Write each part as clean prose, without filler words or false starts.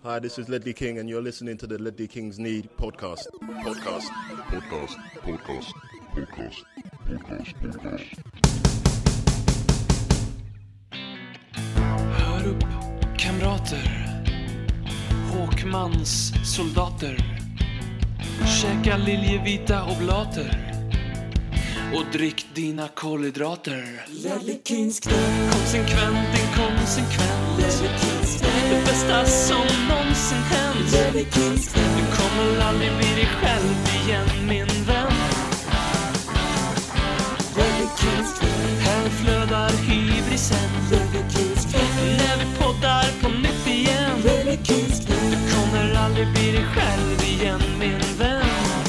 Hi, this is Ledley King and you're listening to the Ledley Kings Need podcast. Hör upp, kamrater. Håkmans soldater. Käka liljevita oblater. Och drick dina kolhydrater. Ledley Kings knä. Konsekvent, inkonsekvent. Ledley Kings knä. Det bästa som någonsin hänt. Ledley Kings knä. Du kommer aldrig bli dig själv igen, min vän. Ledley Kings knä. Här flödar hybrisen. Ledley Kings knä. När vi poddar på nytt igen. Ledley Kings knä. Du kommer aldrig bli dig själv igen, min vän.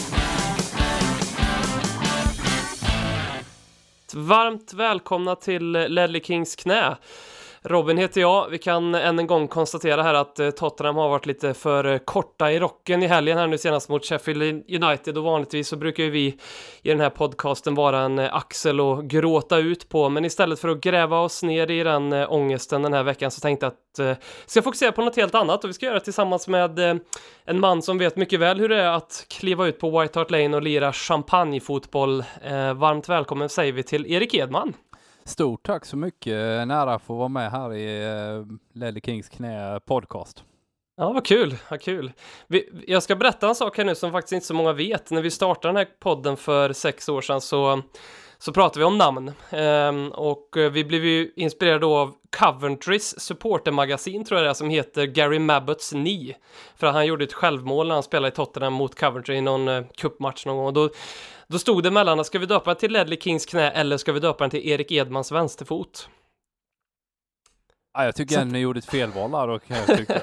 Varmt välkomna till Ledley Kings knä. Robin heter jag. Vi kan än en gång konstatera här att Tottenham har varit lite för korta i rocken i helgen här nu senast mot Sheffield United, och vanligtvis så brukar ju vi i den här podcasten vara en axel och gråta ut på, men istället för att gräva oss ner i den ångesten den här veckan så tänkte jag att ska fokusera på något helt annat, och vi ska göra det tillsammans med en man som vet mycket väl hur det är att kliva ut på White Hart Lane och lira champagnefotboll. Varmt välkommen säger vi till Erik Edman. Stort tack så mycket. Nära att få vara med här i Ledley Kings knä podcast. Ja, vad kul, vad kul. Jag ska berätta en sak här nu som faktiskt inte så många vet. När vi startade den här podden för 6 år sedan så pratade vi om namn. Och vi blev ju inspirerade av Coventrys supportermagasin, tror jag det är, som heter Gary Mabbotts Knee. För han gjorde ett självmål när han spelade i Tottenham mot Coventry i någon cupmatch någon gång. Och då stod det mellan, ska vi döpa den till Ledley Kings knä eller ska vi döpa den till Erik Edmans vänsterfot? Ja, jag tycker att ni gjorde ett felval där. Och jag tycker.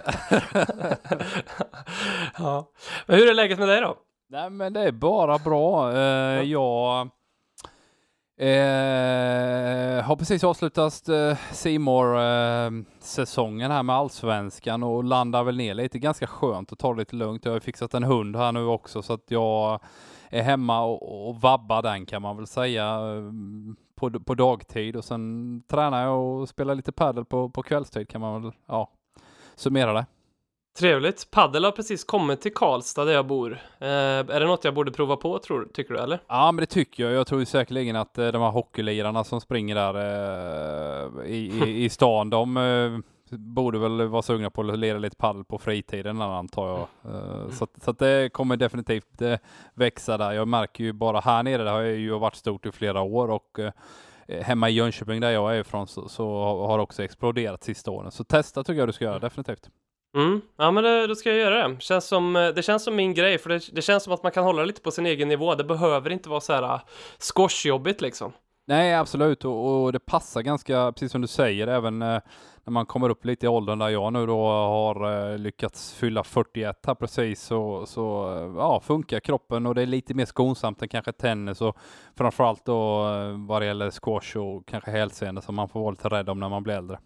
Ja. Men hur är läget med dig då? Nej, men det är bara bra. Jag har precis avslutat C-more-säsongen här med Allsvenskan och landar väl ner lite. Ganska skönt att ta det lite lugnt. Jag har fixat en hund här nu också, så att jag är hemma och vabbar den, kan man väl säga, på dagtid, och sen tränar jag och spelar lite paddel på kvällstid, kan man väl summera det. Trevligt. Paddel har precis kommit till Karlstad där jag bor. Är det något jag borde prova på, tycker du, eller? Ja, men det tycker jag. Jag tror ju säkerligen att de här hockeylirarna som springer där i stan, de borde väl vara sugna på att lira lite paddel på fritiden, antar jag. Så att det kommer definitivt växa där. Jag märker ju bara här nere, det har ju varit stort i flera år, och hemma i Jönköping där jag är ifrån så har det också exploderat sista åren. Så testa tycker jag du ska göra, definitivt. Ja, men då ska jag göra det. Det känns som min grej, för det känns som att man kan hålla lite på sin egen nivå. Det behöver inte vara så här squashjobbigt liksom. Nej, absolut, och det passar ganska, precis som du säger, även när man kommer upp lite i åldern där jag nu då har lyckats fylla 41 här precis, så funkar kroppen, och det är lite mer skonsamt än kanske tennis, och framförallt då vad det gäller squash och kanske hälseende som man får vara lite rädd om när man blir äldre.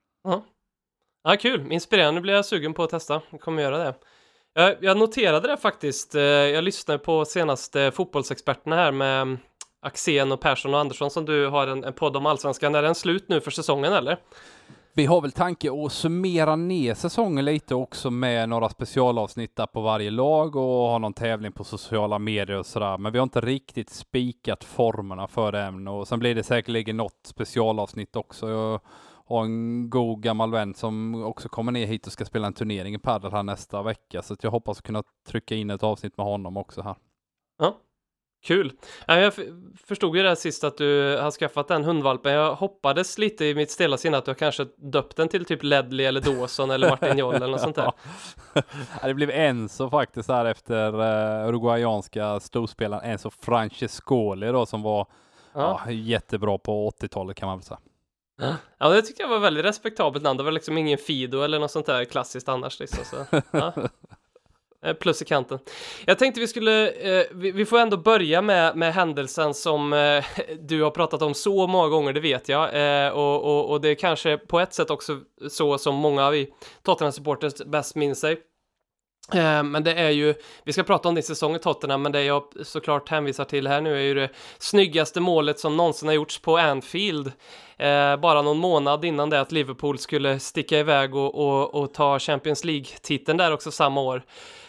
Ja, kul. Inspirerande. Nu blir jag sugen på att testa. Jag kommer göra det. Jag noterade det faktiskt. Jag lyssnade på senaste fotbollsexperterna här med Axén och Persson och Andersson, som du har en podd om Allsvenskan. Är den slut nu för säsongen, eller? Vi har väl tanke att summera ner säsongen lite också med några specialavsnitt där på varje lag och ha någon tävling på sociala medier och sådär. Men vi har inte riktigt spikat formerna för den, och sen blir det säkerligen något specialavsnitt också. Jag har en god gammal vän som också kommer ner hit och ska spela en turnering i paddel här nästa vecka, så att jag hoppas kunna trycka in ett avsnitt med honom också här. Ja, kul. Jag förstod ju det här sist att du har skaffat den hundvalpen. Jag hoppades lite i mitt stilla sinne att du har kanske döpt den till typ Ledley eller Dawson eller Martin Joll eller något sånt där. Det blev Enzo faktiskt här efter uruguayanska storspelaren Enzo Francescoli då, som var jättebra på 80-talet, kan man väl säga. Ja, det tyckte jag var väldigt respektabelt namn. Det var liksom ingen Fido eller något sånt där klassiskt annars liksom, så. Ja. Plus i kanten. Jag tänkte vi får ändå börja med händelsen som du har pratat om så många gånger, det vet jag. Och det är kanske på ett sätt också så som många av vi Tottenham-supporters bäst minns sig. Men det är ju, vi ska prata om det i säsongen Tottenham, men det jag såklart hänvisar till här nu är ju det snyggaste målet som någonsin har gjorts på Anfield. Bara någon månad innan det att Liverpool skulle sticka iväg och ta Champions League-titeln där också samma år.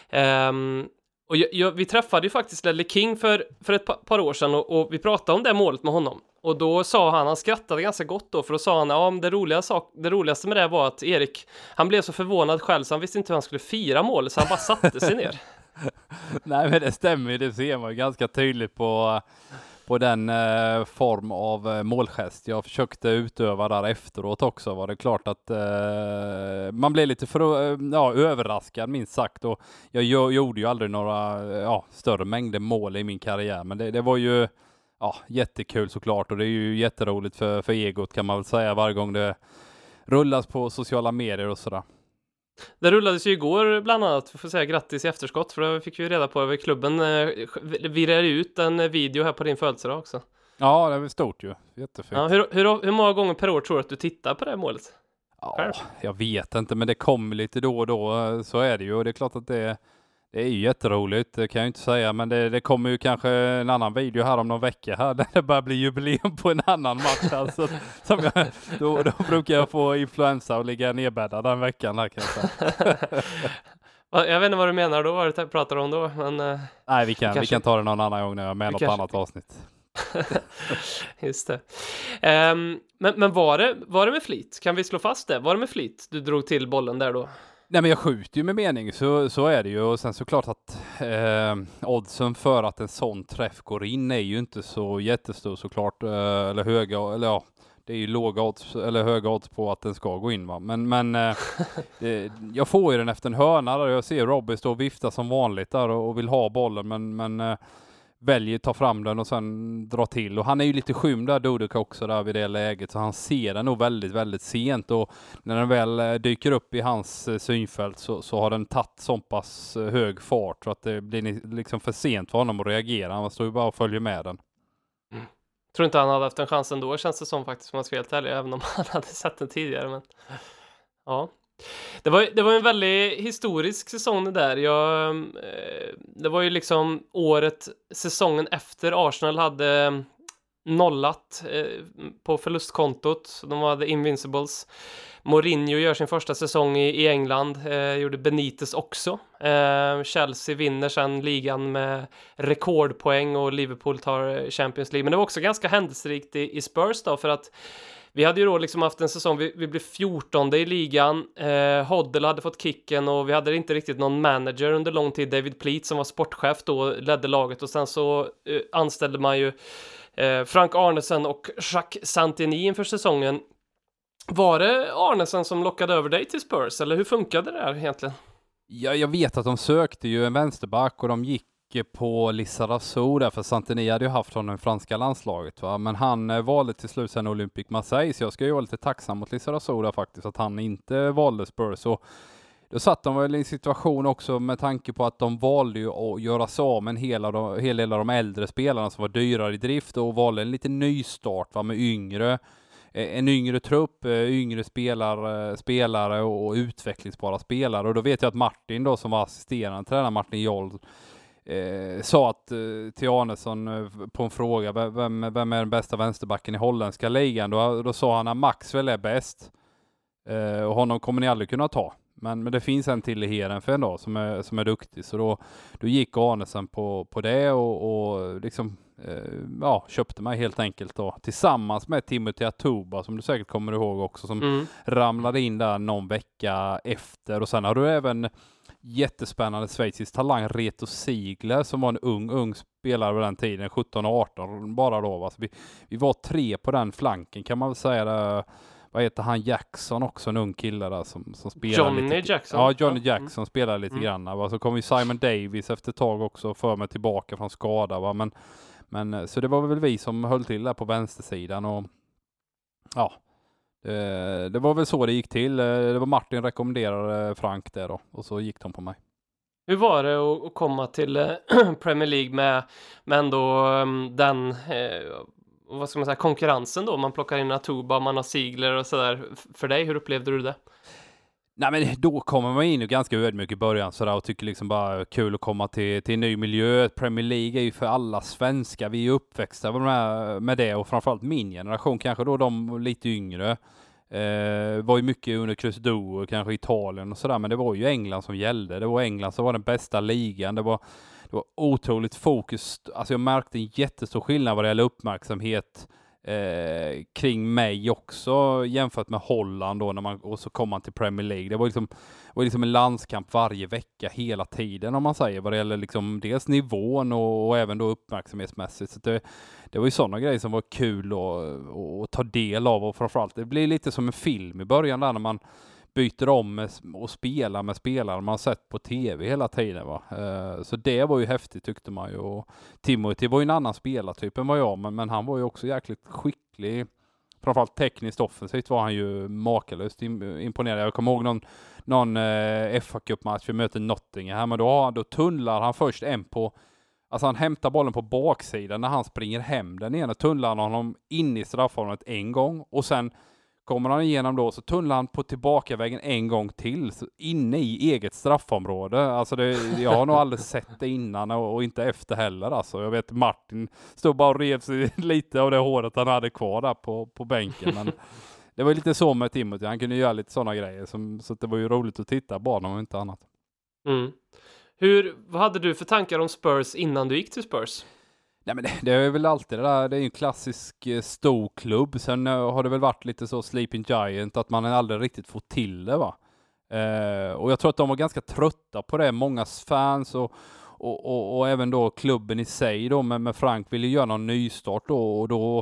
Och vi träffade ju faktiskt Ledley King för ett par år sedan och vi pratade om det målet med honom. Och då sa han skrattade ganska gott då, för då sa han, ja, men det roligaste med det var att Erik, han blev så förvånad själv så han visste inte hur han skulle fira målet, så han bara satte sig ner. Nej, men det stämmer ju, det ser man ju ganska tydligt på den form av målgest. Jag försökte utöva där efteråt också, var det klart att man blev lite överraskad minst sagt, och jag gjorde ju aldrig några större mängder mål i min karriär, men det var ju jättekul såklart, och det är ju jätteroligt för egot kan man väl säga varje gång det rullas på sociala medier och sådär. Det rullades ju igår bland annat, vi får säga grattis i efterskott, för det fick vi reda på över klubben. Virade ut en video här på din födelsedag också. Ja, det var stort ju. Jättefint. Ja, hur många gånger per år tror du att du tittar på det här målet? Ja, jag vet inte, men det kommer lite då och då, så är det ju. Och det är klart att det är ju jätteroligt, det kan jag inte säga, men det kommer ju kanske en annan video här om någon vecka här, där det börjar bli jubileum på en annan match. Alltså, då brukar jag få influensa och ligga nedbäddad den veckan här, kan jag säga. Jag vet inte vad du menar då, vad du pratar om då, men... Nej, vi kan ta det någon annan gång när jag är med något annat avsnitt. Just det. Men var det med flit? Kan vi slå fast det? Var det med flit du drog till bollen där då? Nej, men jag skjuter ju med mening, så är det ju. Och sen såklart att oddsen för att en sån träff går in är ju inte så jättestor såklart. Eller höga, eller ja, det är ju låga odds, eller höga odds på att den ska gå in, va. Men jag får ju den efter en hörna där jag ser Robbie stå och vifta som vanligt där och vill ha bollen, men väljer ta fram den och sen dra till. Och han är ju lite skymd där, Dudek också där vid det läget, så han ser den nog väldigt, väldigt sent, och när den väl dyker upp i hans synfält så har den tagit så pass hög fart så att det blir liksom för sent för honom att reagera. Han står ju bara och följer med den. Tror inte han hade haft en chans ändå, känns det som faktiskt, som man ska vara helt ärlig, även om han hade sett den tidigare, men ja. Det var en väldigt historisk säsong det där. Det var ju liksom säsongen efter Arsenal hade nollat på förlustkontot. De hade Invincibles. Mourinho gör sin första säsong i England. Gjorde Benitez också. Chelsea vinner sen ligan med rekordpoäng och Liverpool tar Champions League. Men det var också ganska händelserikt i Spurs då, för att vi hade ju då liksom haft en säsong, vi blev 14 i ligan, Hoddle hade fått kicken och vi hade inte riktigt någon manager under lång tid. David Pleat som var sportchef då ledde laget, och sen så anställde man ju Frank Arnesen och Jacques Santini inför säsongen. Var det Arnesen som lockade över dig till Spurs, eller hur funkade det här egentligen? Ja, jag vet att de sökte ju en vänsterback och de gick på Lizarazu där, för Santini hade ju haft honom i franska landslaget, va? Men han valde till slut sen Olympique Marseille, så jag ska ju vara lite tacksam mot Lizarazu där faktiskt, att han inte valde Spurs. Och då satt de väl i en situation också med tanke på att de valde ju att göra sig av med en hel del av de äldre spelarna som var dyrare i drift, och valde en liten nystart, va, med en yngre trupp, yngre spelare och utvecklingsbara spelare. Och då vet jag att Martin då, som var assisterande tränare, Martin Joll, sa att till Arnesson på en fråga, vem är den bästa vänsterbacken i holländska ligan? Då sa han att Maxwell är bäst, och honom kommer ni aldrig kunna ta. Men det finns en till i Heerenveen då som är duktig, så då gick Arnesson på det och liksom köpte mig helt enkelt då, tillsammans med Timothy Atuba, som du säkert kommer ihåg också, som ramlade in där någon vecka efter. Och sen har du även jättespännande schweizisk talang Reto Ziegler, som var en ung spelare på den tiden, 17 och 18 bara då, va? Så vi var 3 på den flanken kan man väl säga. Där, vad heter han, Jackson också, en ung kille där som spelar Johnny lite. Jackson. Ja, Johnny Jackson spelar lite grann, va? Så kom ju Simon Davis efter ett tag också för mig tillbaka från skada, va? Men så det var väl vi som höll till där på vänstersidan, och ja, det var väl så det gick till. Det var Martin rekommenderade Frank där då, och så gick de på mig. Hur var det att komma till Premier League med ändå den vad ska man säga, konkurrensen då? Man plockar in Atuba, man har Ziegler och sådär. För dig, hur upplevde du det? Nej, men då kommer man in och ganska ödmjuk i början sådär, och tycker liksom bara kul att komma till en ny miljö. Premier League är ju för alla svenskar. Vi är uppväxta med det, och framförallt min generation, kanske då de lite yngre. Var ju mycket under Cruz och kanske Italien och sådär, men det var ju England som gällde. Det var England som var den bästa ligan. Det var otroligt fokus. Alltså jag märkte en jättestor skillnad vad det gäller uppmärksamhet kring mig också, jämfört med Holland då, och så kom man till Premier League. Det var liksom en landskamp varje vecka hela tiden, om man säger, vad det gäller liksom dels nivån och även då uppmärksamhetsmässigt. Så det var ju sådana grejer som var kul att ta del av, och framförallt det blir lite som en film i början där, när man byter om och spelar med spelare man har sett på tv hela tiden, va. Så det var ju häftigt, tyckte man ju. Och Timothy var ju en annan spelartyp än vad jag, men han var ju också jäkligt skicklig. Framförallt tekniskt offensivt var han ju makalöst imponerad. Jag kommer ihåg någon FA Cup-match vi möter Nottingham här, men då tunnlar han först alltså han hämtar bollen på baksidan när han springer hem den ena, tunnlar han honom in i straffområdet en gång, och sen kommer han igenom då, så tunnlar han på tillbakavägen en gång till, så inne i eget straffområde. Alltså jag har nog aldrig sett det innan och inte efter heller. Alltså jag vet Martin stod bara och rev sig lite av det håret han hade kvar där på bänken. Men det var lite så med Timothy, han kunde göra lite sådana grejer, så det var ju roligt att titta på honom och inte annat. Mm. Vad hade du för tankar om Spurs innan du gick till Spurs? Nej, men det är väl alltid det där, det är ju en klassisk stor klubb. Sen har det väl varit lite så Sleeping Giant, att man aldrig riktigt får till det, va. Och jag tror att de var ganska trötta på det, mångas fans och även då klubben i sig då, med Frank ville göra någon nystart då, och då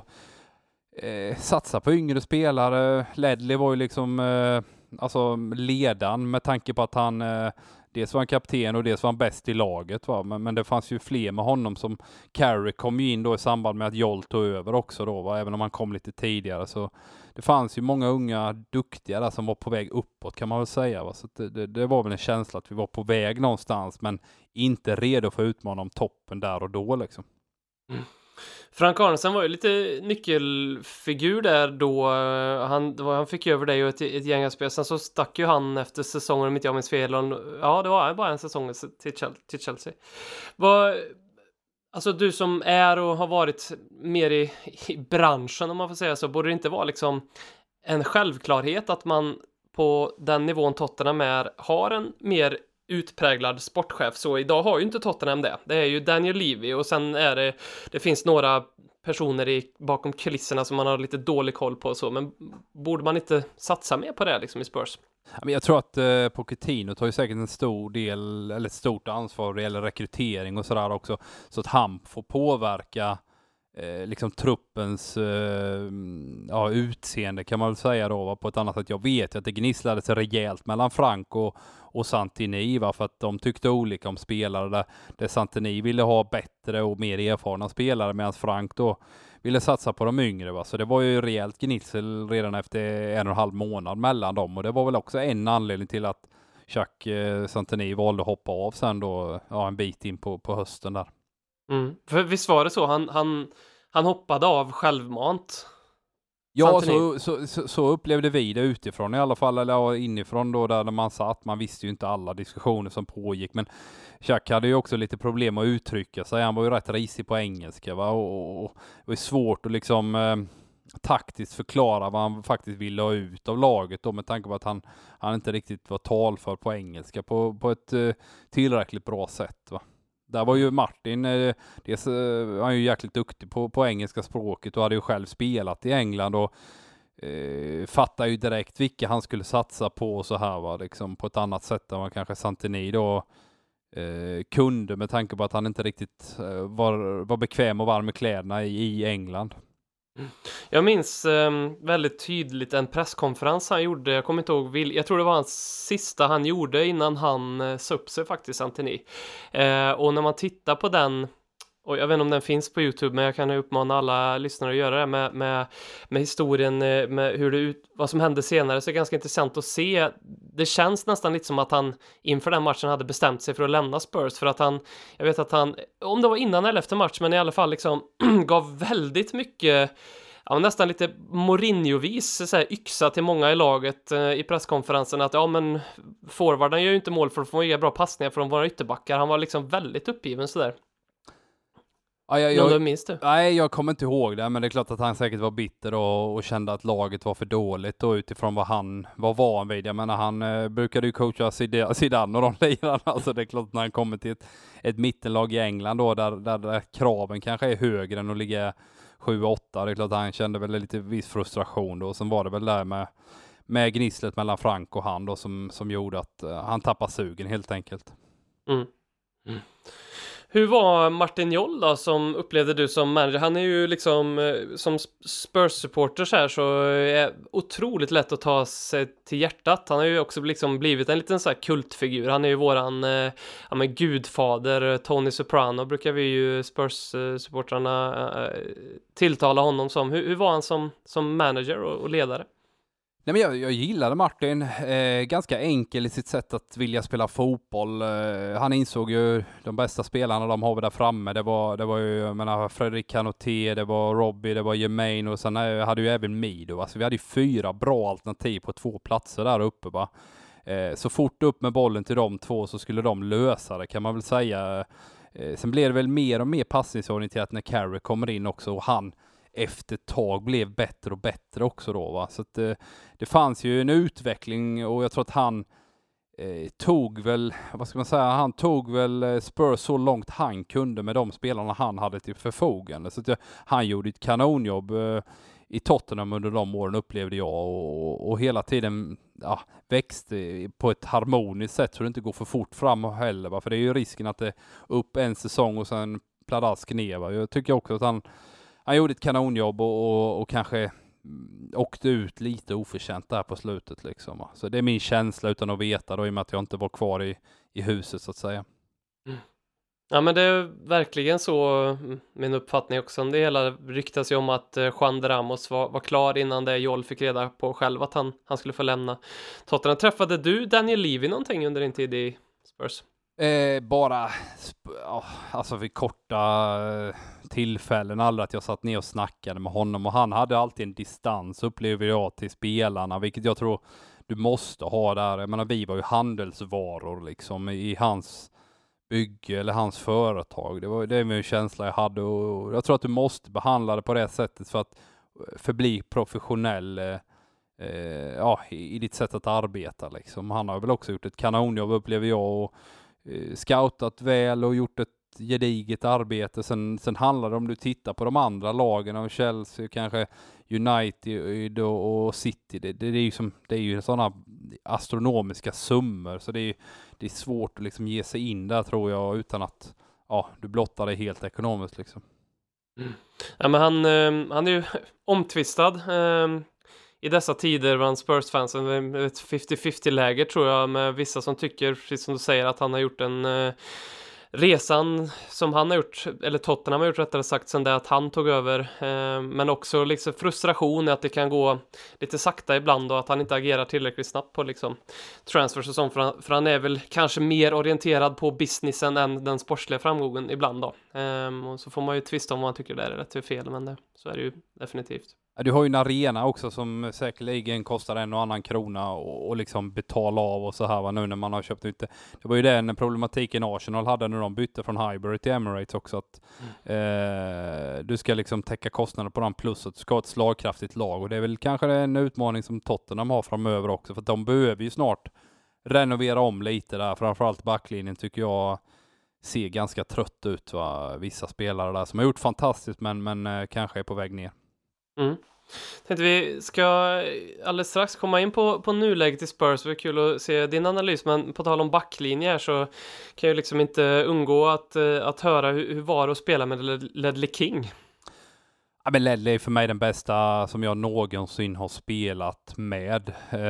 satsa på yngre spelare. Ledley var ju liksom alltså ledan, med tanke på att han dels var han kapten och dels var han bäst i laget, va? Men det fanns ju fler med honom, som Carrick kom ju in då i samband med att Joel tog över också då, va? Även om han kom lite tidigare, så det fanns ju många unga duktiga där som var på väg uppåt, kan man väl säga, va? Så det var väl en känsla att vi var på väg någonstans, men inte redo för att utmana om toppen där och då liksom. Mm. Frank Arnesen var ju lite nyckelfigur där då. Han fick över dig och ett gäng av spel. Sen så stack ju han efter säsongen, om inte jag minns fel. Ja, det var bara en säsong till Chelsea. Alltså du som är och har varit mer i branschen, om man får säga så, borde det inte vara liksom en självklarhet att man på den nivån Tottenham har en mer utpräglad sportchef? Så idag har ju inte Tottenham det. Det är ju Daniel Levy, och sen är det finns några personer bakom kulisserna som man har lite dålig koll på och så, men borde man inte satsa mer på det liksom i Spurs? Jag tror att Pochettino tar ju säkert en stor del, eller ett stort ansvar vad gäller rekrytering och sådär också, så att han får påverka liksom truppens utseende, kan man väl säga då, på ett annat sätt. Jag vet ju att det gnisslade sig rejält mellan Frank och Santini, va, för att de tyckte olika om spelare, där Santini ville ha bättre och mer erfarna spelare, medan Frank då ville satsa på de yngre, va. Så det var ju rejält gnissel redan efter 1,5 månad mellan dem, och det var väl också en anledning till att Jacques Santini valde att hoppa av sen då, en bit in på hösten där. Mm. För visst var det så, han hoppade av självmant? Ja, så upplevde vi det utifrån i alla fall, eller inifrån då, där man satt. Man visste ju inte alla diskussioner som pågick, men Jacques hade ju också lite problem att uttrycka sig. Han var ju rätt risig på engelska, va? Och det var svårt att liksom taktiskt förklara vad han faktiskt ville ha ut av laget då, med tanke på att han inte riktigt var talför på engelska på ett tillräckligt bra sätt, va. Där var ju Martin, han är ju jäkligt duktig på engelska språket och hade ju själv spelat i England och fattar ju direkt vilka han skulle satsa på och så här, va, liksom på ett annat sätt än vad kanske Santini då kunde, med tanke på att han inte riktigt var bekväm och varm med kläderna i England. Jag minns väldigt tydligt en presskonferens han gjorde. Jag kommer inte ihåg, jag tror det var hans sista han gjorde innan han sa upp sig faktiskt, Santini. Och när man tittar på den, och jag vet inte om den finns på YouTube, men jag kan uppmana alla lyssnare att göra det med historien, med vad som hände senare, så är det ganska intressant att se. Det känns nästan lite som att han inför den matchen hade bestämt sig för att lämna Spurs, för att jag vet att han, om det var innan eller efter match, men i alla fall liksom gav väldigt mycket, ja, nästan lite Mourinho-vis så här, yxa till många i laget i presskonferensen att ja men forwarden gör ju inte mål för att få inga bra passningar från våra ytterbackar. Han var liksom väldigt uppgiven sådär. Ja, Jag minns det. Nej, jag kommer inte ihåg det, men det är klart att han säkert var bitter och kände att laget var för dåligt och utifrån vad han var van vid. Jag menar, han brukade ju coacha Zidane och de lirarna, alltså det är klart när han kommer till ett mittenlag i England då, där kraven kanske är högre än att ligga 7-8, det är klart att han kände väl lite viss frustration då, och sen var det väl där med gnisslet mellan Frank och han då som gjorde att han tappade sugen helt enkelt. Mm. Hur var Martin Jol då, som upplevde du som manager? Han är ju liksom som Spurs-supporter så här, så är otroligt lätt att ta sig till hjärtat. Han har ju också liksom blivit en liten så här kultfigur. Han är ju våran gudfader, Tony Soprano brukar vi ju Spurs-supportrarna tilltala honom som. Hur var han som manager och ledare? Nej, men jag gillade Martin, ganska enkel i sitt sätt att vilja spela fotboll. Han insåg ju de bästa spelarna de har vi där framme. Det var ju, jag menar, Fredrik Canoté, det var Robbie, det var Jermaine och sen hade ju även Mido. Alltså vi hade ju 4 bra alternativ på 2 platser där uppe, va. Så fort upp med bollen till de 2 så skulle de lösa det, kan man väl säga. Sen blev det väl mer och mer passningsorienterat när Carrick kommer in också, och han efter ett tag blev bättre och bättre också då, va. Så att det fanns ju en utveckling, och jag tror att han tog väl Spurs så långt han kunde med de spelarna han hade till förfogande. Så att han gjorde ett kanonjobb i Tottenham under de åren, upplevde jag, och hela tiden växte på ett harmoniskt sätt så det inte går för fort fram heller, va. För det är ju risken att det upp en säsong och sen pladask ner, va. Jag tycker också att han gjorde ett kanonjobb och kanske åkte ut lite oförtjänt där på slutet liksom. Så det är min känsla utan att veta då, i och med att jag inte var kvar i huset så att säga. Mm. Ja, men det är verkligen så min uppfattning också. Det hela ryktas ju om att Juan de Ramos var klar innan det Joel fick reda på själv att han skulle få lämna Tottenham. Träffade du Daniel Levy någonting under din tid i Spurs? Alltså vid korta tillfällen, aldrig att jag satt ner och snackade med honom, och han hade alltid en distans, upplever jag, till spelarna, vilket jag tror du måste ha där. Jag menar, vi var ju handelsvaror liksom i hans bygge eller hans företag. Det är min känsla jag hade, och jag tror att du måste behandla det på det sättet för att förbli professionell i ditt sätt att arbeta liksom. Han har väl också gjort ett kanonjobb, upplever jag, och scoutat väl och gjort ett gediget arbete. Sen handlar det om du tittar på de andra lagen, och Chelsea, kanske United och City. Det är ju sådana astronomiska summor, så det är svårt att liksom ge sig in där, tror jag, utan att du blottar dig helt ekonomiskt liksom. Mm. Ja, men han är ju omtvistad i dessa tider bland Spurs-fansen. Ett 50-50-läger tror jag, med vissa som tycker, precis som du säger, att han har gjort en resan som han har gjort, eller Tottenham har gjort rättare sagt, sen det att han tog över, men också liksom frustration i att det kan gå lite sakta ibland och att han inte agerar tillräckligt snabbt på liksom transfers och sånt, för han är väl kanske mer orienterad på businessen än den sportsliga framgången ibland då. Och så får man ju tvista om vad man tycker det är rätt eller fel, men så är det ju definitivt. Du har ju en arena också som säkerligen kostar en och annan krona och liksom betala av och så här, va, nu när man har köpt ut det. Det var ju den problematiken Arsenal hade när de bytte från Highbury till Emirates också, att du ska liksom täcka kostnader på den, plus att du ska ha ett slagkraftigt lag, och det är väl kanske en utmaning som Tottenham har framöver också, för att de behöver ju snart renovera om lite där, framförallt backlinjen tycker jag ser ganska trött ut, va? Vissa spelare där som har gjort fantastiskt men kanske är på väg ner. Mm. Tänkte vi ska alldeles strax komma in på nuläget i Spurs. Det är kul att se din analys, men på tal om backlinje här så kan jag liksom inte undgå att höra hur var det att spela med Ledley King. Ja, men Ledley är för mig den bästa som jag någonsin har spelat med.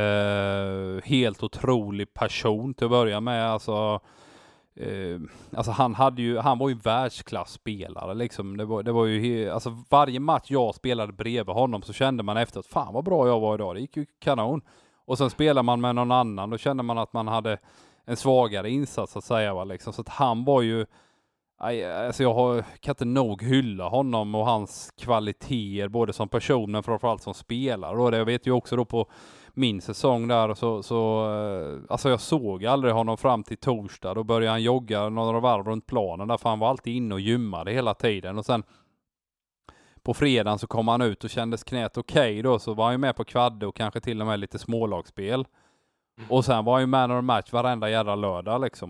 Helt otrolig person till att börja med. Alltså han var ju världsklasspelare liksom. Det var ju alltså varje match jag spelade bredvid honom så kände man efter att fan vad bra jag var idag, det gick ju kanon. Och sen spelar man med någon annan, då kände man att man hade en svagare insats att säga, va, liksom. Så att han var ju Alltså kan inte nog hylla honom och hans kvaliteter både som person men framförallt som spelare. Och det, jag vet ju också då på min säsong där alltså jag såg aldrig honom fram till torsdag. Då började han jogga några varv runt planen där, för han var alltid inne och gymmade hela tiden. Och sen på fredagen så kom han ut och kändes knät okej då, så var han ju med på kvadde och kanske till och med lite smålagsspel. Och sen var han ju man of the match varenda jävla lördag liksom.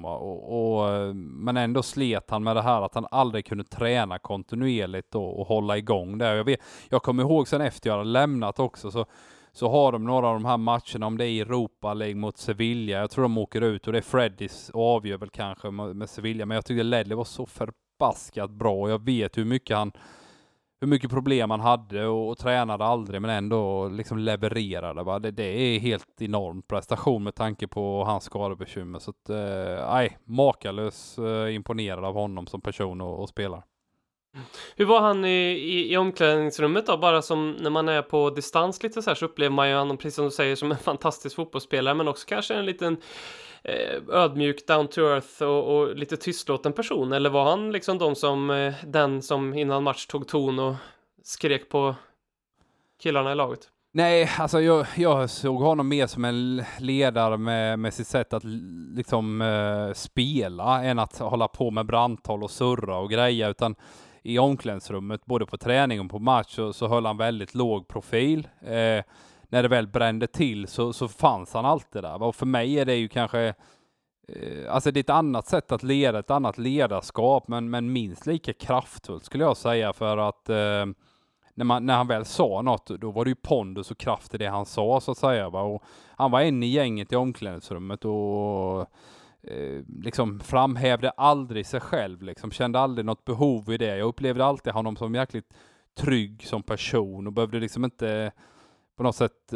Men ändå slet han med det här att han aldrig kunde träna kontinuerligt och hålla igång det. Jag kommer ihåg sen efter jag hade lämnat också så har de några av de här matcherna, om det är i Europa League mot Sevilla. Jag tror de åker ut och det är Freddys och avgör väl kanske med Sevilla. Men jag tyckte Ledley var så förbaskat bra. Jag vet hur mycket problem han hade och tränade aldrig, men ändå liksom levererade. Va? Det är helt enorm prestation med tanke på hans skadebekymmer. Så att, makalös imponerad av honom som person och spelare. Hur var han i omklädningsrummet då? Bara som när man är på distans lite så här, så upplever man ju honom, precis som du säger, som en fantastisk fotbollsspelare, men också kanske en liten ödmjuk, down to earth och lite tystlåten person. Eller var han liksom den som innan match tog ton och skrek på killarna i laget? Nej, alltså jag såg honom mer som en ledare med sitt sätt att liksom spela än att hålla på med brandtal och surra och grejer, utan i omklädningsrummet, både på träning och på match, så höll han väldigt låg profil. När det väl brände till så fanns han alltid där. Och för mig är det ju kanske alltså det är ett annat sätt att leda, ett annat ledarskap, men minst lika kraftfullt skulle jag säga, för att när han väl sa något, då var det ju pondus och kraft i det han sa, så att säga. Va? Och han var en i gänget i omklädningsrummet och liksom framhävde aldrig sig själv, liksom kände aldrig något behov i det. Jag upplevde alltid honom som jäkligt trygg som person och behövde liksom inte på något sätt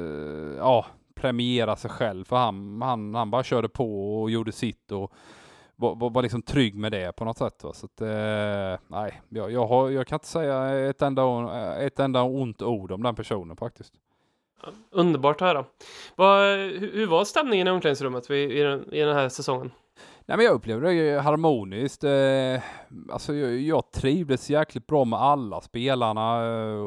premiera sig själv, för han bara körde på och gjorde sitt och var liksom trygg med det på något sätt. Va? Så att, nej, jag kan inte säga ett enda ont ord om den personen faktiskt. Underbart att höra. Hur var stämningen i omklädningsrummet i den här säsongen? Nej, men jag upplevde det harmoniskt. Alltså jag trivdes jäkligt bra med alla spelarna.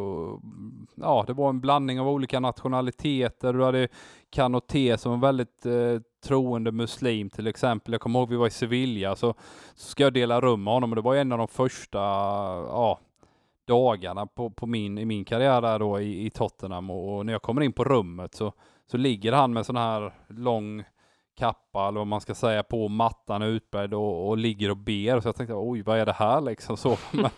Ja, det var en blandning av olika nationaliteter. Du hade Kanoté som en väldigt troende muslim till exempel. Jag kommer ihåg vi var i Sevilla, så ska jag dela rum med honom. Och det var en av de första dagarna i min karriär där då i Tottenham. Och när jag kommer in på rummet så ligger han med sån här lång kappa, eller vad man ska säga, på mattan utbredd och ligger och ber. Så jag tänkte, oj, vad är det här liksom så.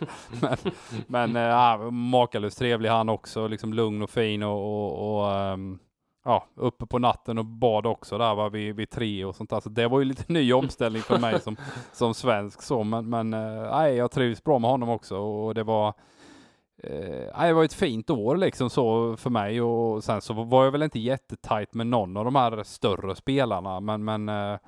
Men makalöst trevlig han också, liksom lugn och fin och uppe på natten och bad också där var vid 3 och sånt där. Så det var ju lite ny omställning för mig som svensk så, men jag trivs bra med honom också, och det var ett fint år liksom så för mig. Och sen så var jag väl inte jättetajt med någon av de här större spelarna, men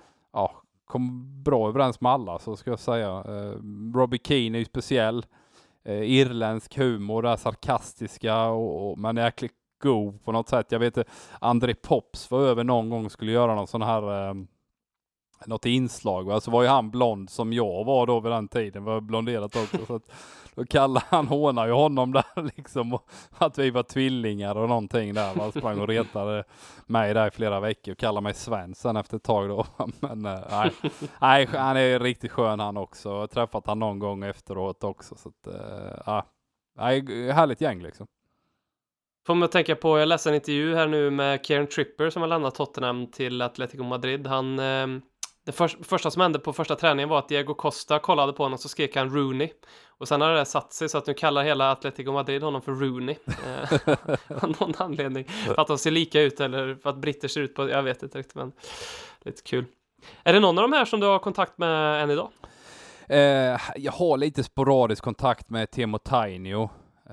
kom bra överens med alla, så ska jag säga. Robbie Keane är ju speciell, irländsk humor, där sarkastiska men jäkligt god på något sätt. Jag vet André Pops var över någon gång, skulle göra någon sån här något inslag, va? Så var ju han blond som jag var då vid den tiden, var blonderat också, så att då kallade han hånar ju honom där liksom, och att vi var tvillingar och någonting där. Man sprang och retade mig där i flera veckor och kallade mig Svensson efter ett tag då. Men nej, han är riktigt skön han också. Jag har träffat han någon gång efteråt också, så att härligt gäng liksom. Får man tänka på, jag läste en intervju här nu med Kieran Trippier som har lämnat Tottenham till Atletico Madrid. Han det första som hände på första träningen var att Diego Costa kollade på honom, så skrek han Rooney. Och sen har det satt sig så att nu kallar hela Atletico Madrid honom för Rooney. Av någon anledning. För att de ser lika ut, eller för att britter ser ut på, jag vet inte riktigt, men lite kul. Är det någon av de här som du har kontakt med än idag? Jag har lite sporadisk kontakt med Teemu Tainio.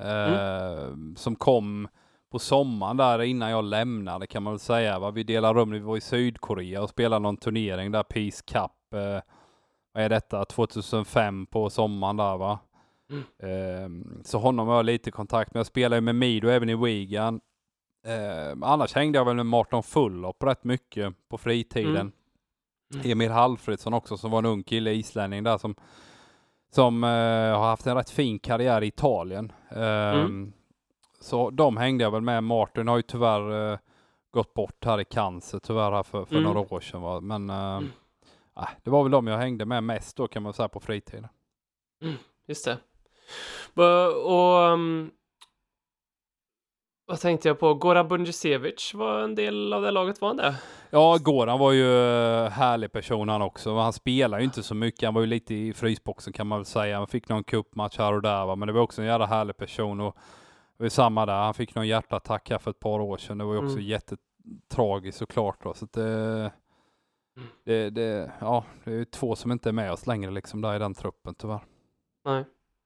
Som kom på sommaren där innan jag lämnade, kan man väl säga. Va? Vi delade rum, vi var i Sydkorea och spelade någon turnering där, Peace Cup. Vad är detta? 2005 på sommaren där, va? Så honom har jag lite kontakt med. Jag spelar ju med Mido även i Wigan. Annars hängde jag väl med Martin Fullop rätt mycket på fritiden. Emil Halfredsson också, som var en ung kille, islänning där, som som har haft en rätt fin karriär i Italien. Så de hängde jag väl med. Martin har ju tyvärr gått bort här i cancer tyvärr här för några år sedan. Va? Men det var väl de jag hängde med mest då, kan man säga, på fritiden. Just det. Och vad tänkte jag på? Goran Bunjesevic var en del av det laget, var han det? Ja, Goran var ju härlig person han också. Han spelar ju inte så mycket. Han var ju lite i frysboxen, kan man väl säga. Han fick någon cupmatch här och där, va? Men det var också en jävla härlig person. Och det var samma där. Han fick någon hjärtattack här för ett par år sedan. Det var ju också jättetragiskt såklart. Då. Så att det är ju 2 som inte är med oss längre liksom där i den truppen tyvärr. Nej.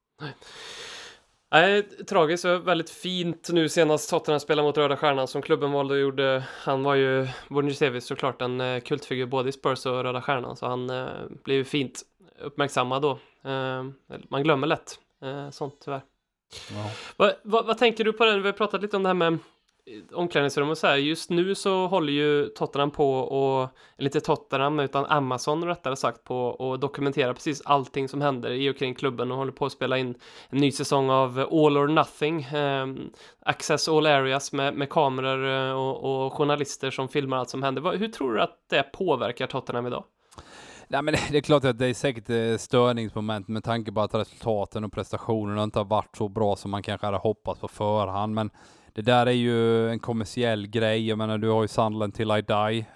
Nej, tragiskt och väldigt fint nu senast Tottenham spelade mot Röda Stjärnan som klubben valde och gjorde. Han var ju, Bunjesevic såklart, en kultfigur både i Spurs och Röda Stjärnan, så han blev ju fint uppmärksammad då. Man glömmer lätt sånt tyvärr. Ja. Vad tänker du på det? Vi har pratat lite om det här med omklädningsrum och så här. Just nu så håller ju Tottenham på, och inte Tottenham utan Amazon rättare sagt, på och dokumentera precis allting som händer i och kring klubben, och håller på att spela in en ny säsong av All or Nothing, Access All Areas med kameror och journalister som filmar allt som händer. Hur tror du att det påverkar Tottenham idag? Nej, men det är klart att det är säkert störningsmoment med tanke på att resultaten och prestationerna inte har varit så bra som man kanske hade hoppats på förhand, men det där är ju en kommersiell grej. Jag menar, du har ju Sunderland Till I Die.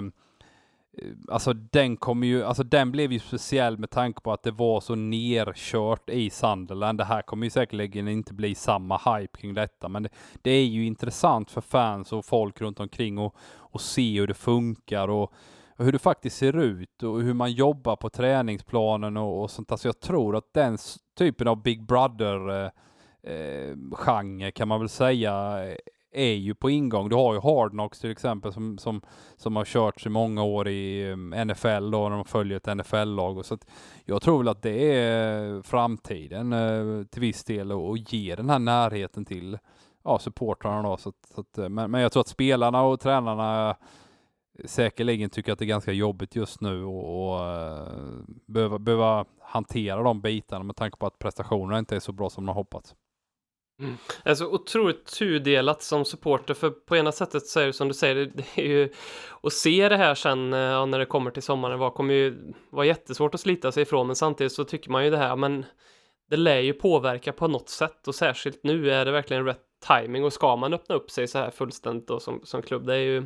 Den blev ju speciell med tanke på att det var så nerkört i Sunderland. Det här kommer ju säkerligen inte bli samma hype kring detta, men det är ju intressant för fans och folk runt omkring och se hur det funkar och hur det faktiskt ser ut och hur man jobbar på träningsplanen och sånt. Alltså jag tror att den typen av Big Brother genre kan man väl säga är ju på ingång. Du har ju Hard Knocks till exempel som har körts i många år i NFL då, när de följer ett NFL-lag, och så att jag tror väl att det är framtiden till viss del och ger den här närheten till supportrarna då, men jag tror att spelarna och tränarna säkerligen tycker att det är ganska jobbigt just nu och behöva hantera de bitarna med tanke på att prestationerna inte är så bra som de har hoppats. Alltså otroligt tudelat som supporter, för på ena sättet så är det som du säger, det är ju att se det här sen när det kommer till sommaren kommer ju vara jättesvårt att slita sig ifrån, men samtidigt så tycker man ju det här, men det lär ju påverka på något sätt, och särskilt nu är det verkligen rätt timing, och ska man öppna upp sig så här fullständigt då, som klubb, det är ju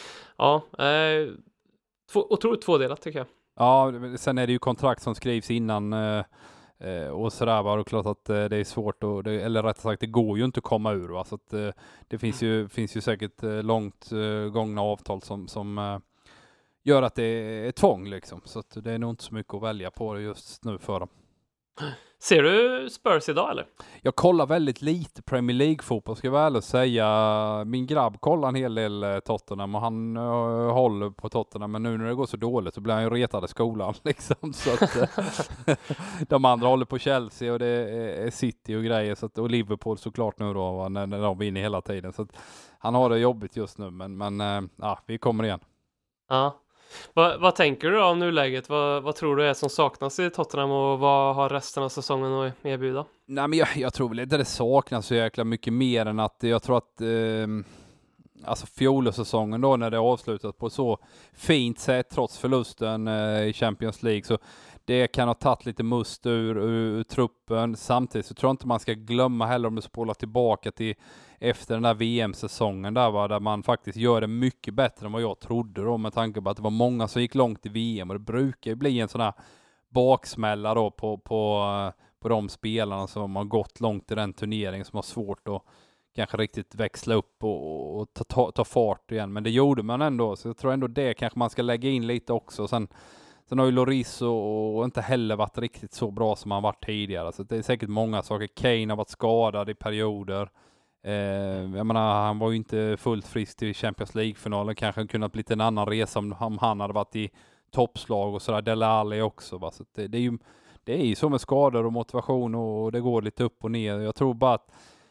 otroligt tvådelat tycker jag. Ja, sen är det ju kontrakt som skrivs innan och sådär, var det klart att det är svårt eller rättare sagt det går ju inte att komma ur, va? Så att det finns ju säkert långt gångna avtal som gör att det är tvång liksom, så att det är nog inte så mycket att välja på det just nu för dem. Ser du Spurs idag eller? Jag kollar väldigt lite Premier League-fotboll, ska jag väl och säga. Min grabb kollar en hel del Tottenham och han håller på Tottenham, men nu när det går så dåligt så blir han ju retad i skolan liksom. Så att, de andra håller på Chelsea och det är City och grejer, så att, och Liverpool såklart nu då, när de vinner hela tiden. Så att, han har det jobbigt just nu, men vi kommer igen. Ja. Vad tänker du då om nuläget? Vad tror du är som saknas i Tottenham, och vad har resten av säsongen att erbjuda? Nej, men jag tror väl inte det saknas så jäkla mycket mer än att jag tror att alltså fjolårssäsongen då, när det avslutat på så fint sätt trots förlusten i Champions League, så det kan ha tagit lite must ur truppen. Samtidigt så tror jag inte man ska glömma heller, om du spolar tillbaka till efter den där VM-säsongen där man faktiskt gör det mycket bättre än vad jag trodde då, med tanke på att det var många som gick långt i VM, och det brukar ju bli en sån här baksmälla då på de spelarna som har gått långt i den turneringen, som har svårt att kanske riktigt växla upp och ta fart igen, men det gjorde man ändå, så jag tror ändå det kanske man ska lägga in lite också. Sen har ju Lloris och inte heller varit riktigt så bra som han varit tidigare, så det är säkert många saker. Kane har varit skadad i perioder. Jag menar, han var ju inte fullt frisk till Champions League-finalen. Kanske kunnat bli en annan resa om han hade varit i toppslag och sådär. Dele Alli också, va? Så det är ju så med skador och motivation, och det går lite upp och ner. Jag tror bara att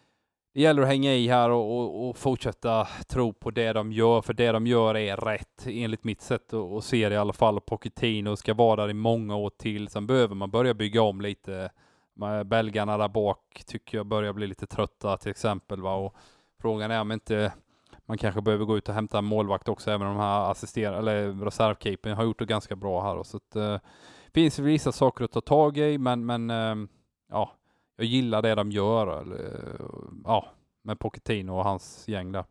det gäller att hänga i här och fortsätta tro på det de gör, för det de gör är rätt enligt mitt sätt att se det i alla fall. Pochettino ska vara där i många år till, sen behöver man börja bygga om lite. Belgarna där bak tycker jag börjar bli lite trötta till exempel, va? Och frågan är om inte man kanske behöver gå ut och hämta en målvakt också, även om de här reservkeepern har gjort det ganska bra här. Så att, finns vissa saker att ta tag i, men ja, jag gillar det de gör. Med Pochettino och hans gäng där.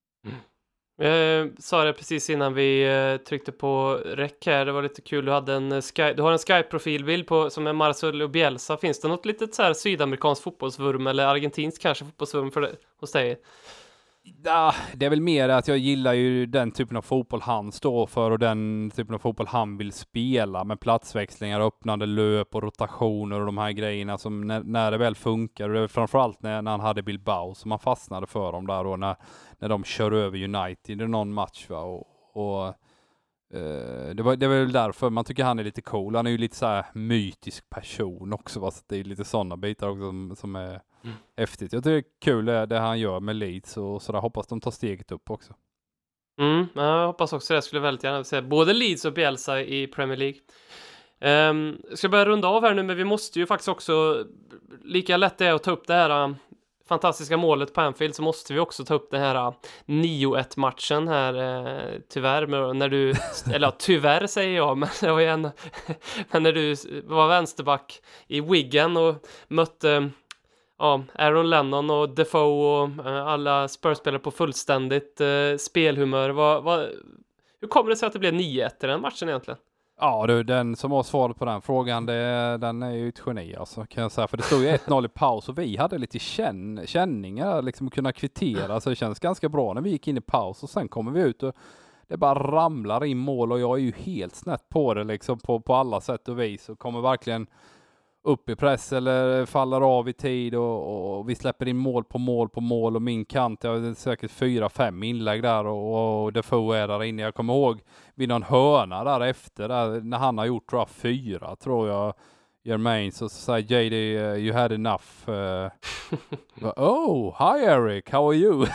Jag sa det precis innan vi tryckte på räck här. Det var lite kul. Du har en Sky-profilbild som är Marcelo Bielsa. Finns det något litet så här sydamerikansk fotbollsvurm eller argentinsk kanske fotbollsvurm hos dig? Ja, det är väl mer att jag gillar ju den typen av fotboll han står för och den typen av fotboll han vill spela, med platsväxlingar, öppnande löp och rotationer och de här grejerna som när det väl funkar. Och det är framförallt när han hade Bilbao som man fastnade för dem där, och när de kör över United i någon match, va? Och det är väl därför man tycker han är lite cool. Han är ju lite så här mytisk person också, va? Så det är lite sådana bitar också som är häftigt. Jag tycker det är kul det han gör med Leeds, och så där hoppas de tar steget upp också. Jag hoppas också det. Jag skulle väldigt gärna se både Leeds och Bielsa i Premier League. Ska börja runda av här nu, men vi måste ju faktiskt också, lika lätt det är att ta upp det här fantastiska målet på Anfield, så måste vi också ta upp den här 9-1 matchen här, tyvärr, när du, eller tyvärr säger jag, men det var men när du var vänsterback i Wigan och mötte Aaron Lennon och Defoe och alla Spurs-spelare på fullständigt spelhumör. Hur kommer det sig att det blev 9-1 i den matchen egentligen? Ja, den som har svarat på den frågan, den är ju ett geni alltså, kan jag säga. För det stod ju 1-0 i paus och vi hade lite känningar liksom att kunna kvittera. Så det känns ganska bra när vi gick in i paus, och sen kommer vi ut och det bara ramlar in mål, och jag är ju helt snett på det liksom på alla sätt och vis, och kommer verkligen upp i press eller faller av i tid, och vi släpper in mål på mål och min kant, jag har säkert 4-5 inlägg där, och Defoe är där inne. Jag kommer ihåg vid någon hörna där efter där, när han har gjort 4 tror jag, Jermaine, så säger JD you had enough. Hi Eric, how are you?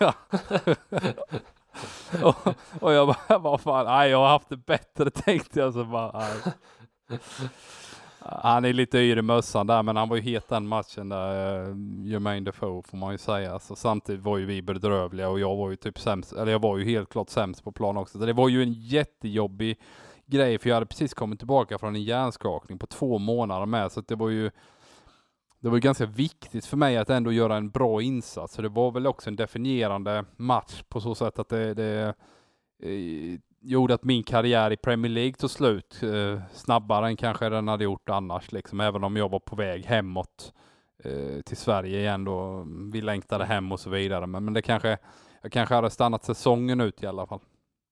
och jag bara, vad fan, nej, jag har haft det bättre, tänkte jag, så bara, nej. Han är lite yr i mössan där, men han var ju het den matchen där, Jermaine Defoe, får man ju säga. Så samtidigt var ju vi bedrövliga, och jag var ju typ sämst, eller jag var ju helt klart sämst på plan också. Så det var ju en jättejobbig grej, för jag hade precis kommit tillbaka från en hjärnskakning på 2 månader med, så att det var ju ganska viktigt för mig att ändå göra en bra insats. Så det var väl också en definierande match på så sätt att det gjorde att min karriär i Premier League tog slut snabbare än kanske den hade gjort annars, liksom, även om jag var på väg hemåt till Sverige igen då. Vi längtade hem och så vidare, men jag kanske hade stannat säsongen ut i alla fall.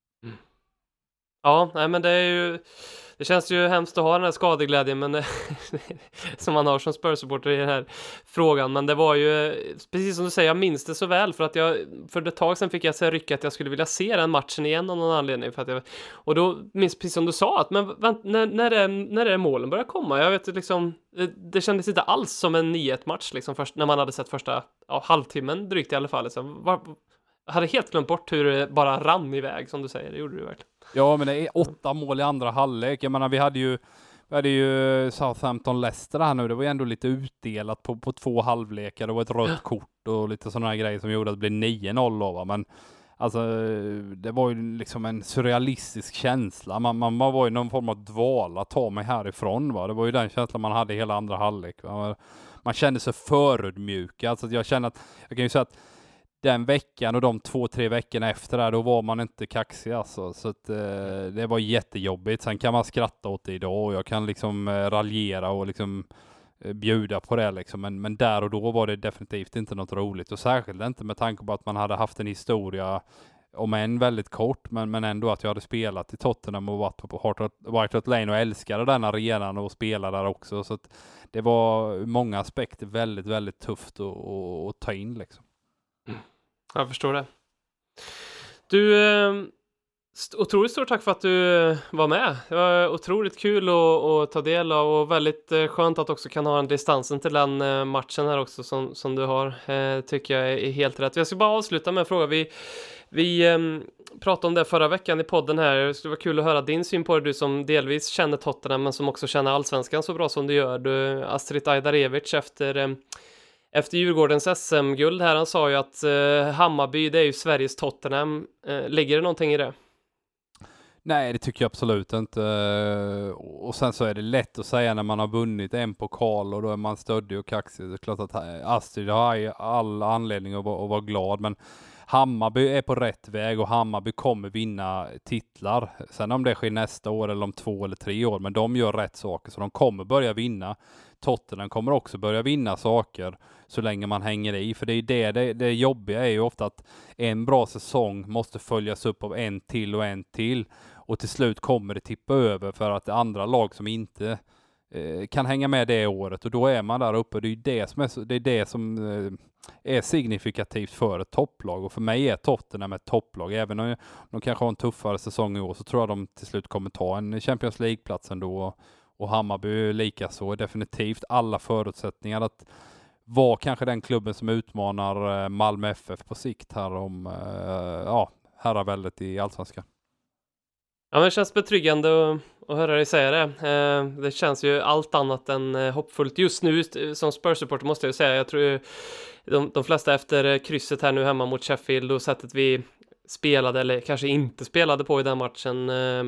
Ja, nej, men det känns ju hemskt att ha den här skadeglädjen, men som man har som Spurs-supporter i den här frågan. Men det var ju, precis som du säger, jag minns det så väl, för att för ett tag sedan fick jag säga rycka att jag skulle vilja se den matchen igen av någon anledning, och då minns, precis som du sa, att men när är målen börjar komma? Jag vet liksom, det kändes inte alls som en 9-1-match liksom, först när man hade sett första halvtimmen drygt i alla fall liksom. Jag hade helt glömt bort hur det bara rann iväg, som du säger. Det gjorde du verkligen. Ja, men det är 8 mål i andra halvlek. Jag menar, vi hade ju Southampton-Leicester här nu. Det var ju ändå lite utdelat på 2 halvlekar. Det var ett rött kort och lite sådana här grejer som gjorde att det blev 9-0 då, va? Men alltså, det var ju liksom en surrealistisk känsla. Man var ju någon form av dvala, ta mig härifrån, va? Det var ju den känslan man hade hela andra halvlek, va? Man kände sig förödmjuk. Alltså, jag känner att, jag kan ju säga att den veckan och de 2-3 veckorna efter där, då var man inte kaxig alltså. Så att, det var jättejobbigt. Sen kan man skratta åt det idag, och jag kan liksom raljera och liksom bjuda på det liksom. Men där och då var det definitivt inte något roligt, och särskilt inte med tanke på att man hade haft en historia, om än väldigt kort, men ändå att jag hade spelat i Tottenham och varit på White Hart Lane och älskade den arenan och spela där också. Så att det var många aspekter väldigt, väldigt tufft att ta in liksom. Jag förstår det. Du, Otroligt stort tack för att du var med. Det var otroligt kul att ta del av och väldigt skönt att också kan ha en distansen till den matchen här också som du har. Tycker jag är helt rätt. Jag ska bara avsluta med en fråga. Vi pratade om det förra veckan i podden här. Det skulle vara kul att höra din syn på det, du som delvis känner Tottenham men som också känner Allsvenskan så bra som du gör. Du, Astrid Ajdarevic efter Djurgårdens SM-guld här, han sa ju att Hammarby, det är ju Sveriges Tottenham. Ligger det någonting i det? Nej, det tycker jag absolut inte. Och sen så är det lätt att säga när man har vunnit en pokal och då är man stöddig och kaxig. Det är klart att Astrid har all anledning att vara glad, men Hammarby är på rätt väg och Hammarby kommer vinna titlar. Sen om det sker nästa år eller om 2 eller 3 år, men de gör rätt saker så de kommer börja vinna. Tottenham kommer också börja vinna saker så länge man hänger i. För det är det jobbiga är ju ofta att en bra säsong måste följas upp av en till och en till. Och till slut kommer det tippa över för att det andra lag som inte kan hänga med det året. Och då är man där uppe. Det är det som är signifikativt för ett topplag. Och för mig är Tottenham ett topplag. Även om de kanske har en tuffare säsong i år så tror jag de till slut kommer ta en Champions League-plats ändå. Och Hammarby lika så. Definitivt alla förutsättningar att vara kanske den klubben som utmanar Malmö FF på sikt här om herraväldet i Allsvenskan. Ja, men det känns betryggande att höra dig säga det. Det känns ju allt annat än hoppfullt just nu som Spurs-supporter måste jag säga. Jag tror de flesta efter krysset här nu hemma mot Sheffield och sättet vi spelade eller kanske inte spelade på i den matchen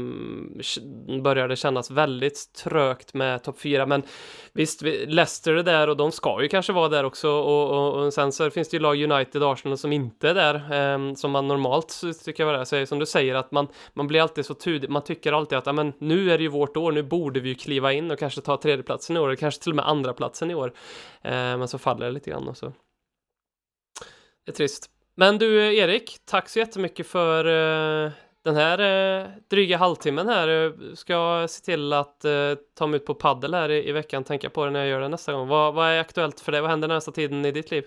började kännas väldigt trögt med topp 4, men visst, Leicester är där och de ska ju kanske vara där också och sen så finns det ju lag United, Arsenal som inte är där som man normalt tycker jag så som du säger att man blir alltid så tudig, man tycker alltid att men nu är det ju vårt år, nu borde vi ju kliva in och kanske ta 3:e platsen i år, eller kanske till och med 2:a platsen i år, men så faller det lite grann och så. Det är trist. Men du Erik, tack så jättemycket för den här dryga halvtimmen här. Ska jag se till att ta mig ut på paddel här i veckan, tänka på det när jag gör det nästa gång. Vad är aktuellt för dig? Vad händer nästa tiden i ditt liv?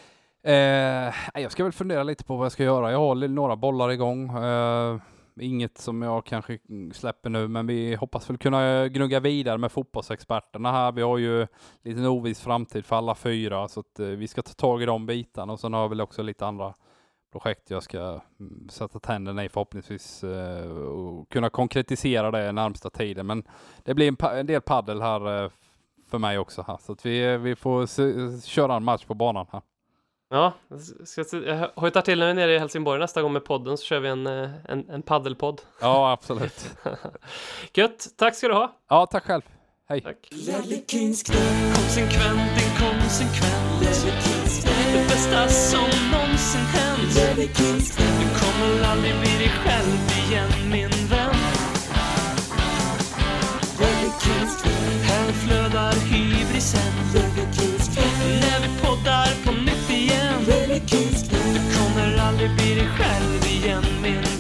Jag ska väl fundera lite på vad jag ska göra. Jag har några bollar igång. Inget som jag kanske släpper nu, men vi hoppas väl kunna gnugga vidare med fotbollsexperterna här. Vi har ju lite en oviss framtid för alla 4, så att vi ska ta tag i de bitarna. Och sen har vi väl också lite andra projekt jag ska sätta tänderna i förhoppningsvis och kunna konkretisera det närmsta tiden. Men det blir en del paddel här för mig också här, så att vi får köra en match på banan här. Ja, jag hojtar till när vi är nere i Helsingborg nästa gång med podden, så kör vi en paddelpodd. Ja, absolut. Gött, tack ska du ha. Ja, tack själv. Hej. Tack. Konsekvent, inkonsekvent. Det bästa som någonsin hänt. Du kommer aldrig bli dig själv igen, min vän. Här flödar hybrisen. När vi poddar på nytt igen. Du kommer aldrig bli dig själv igen, min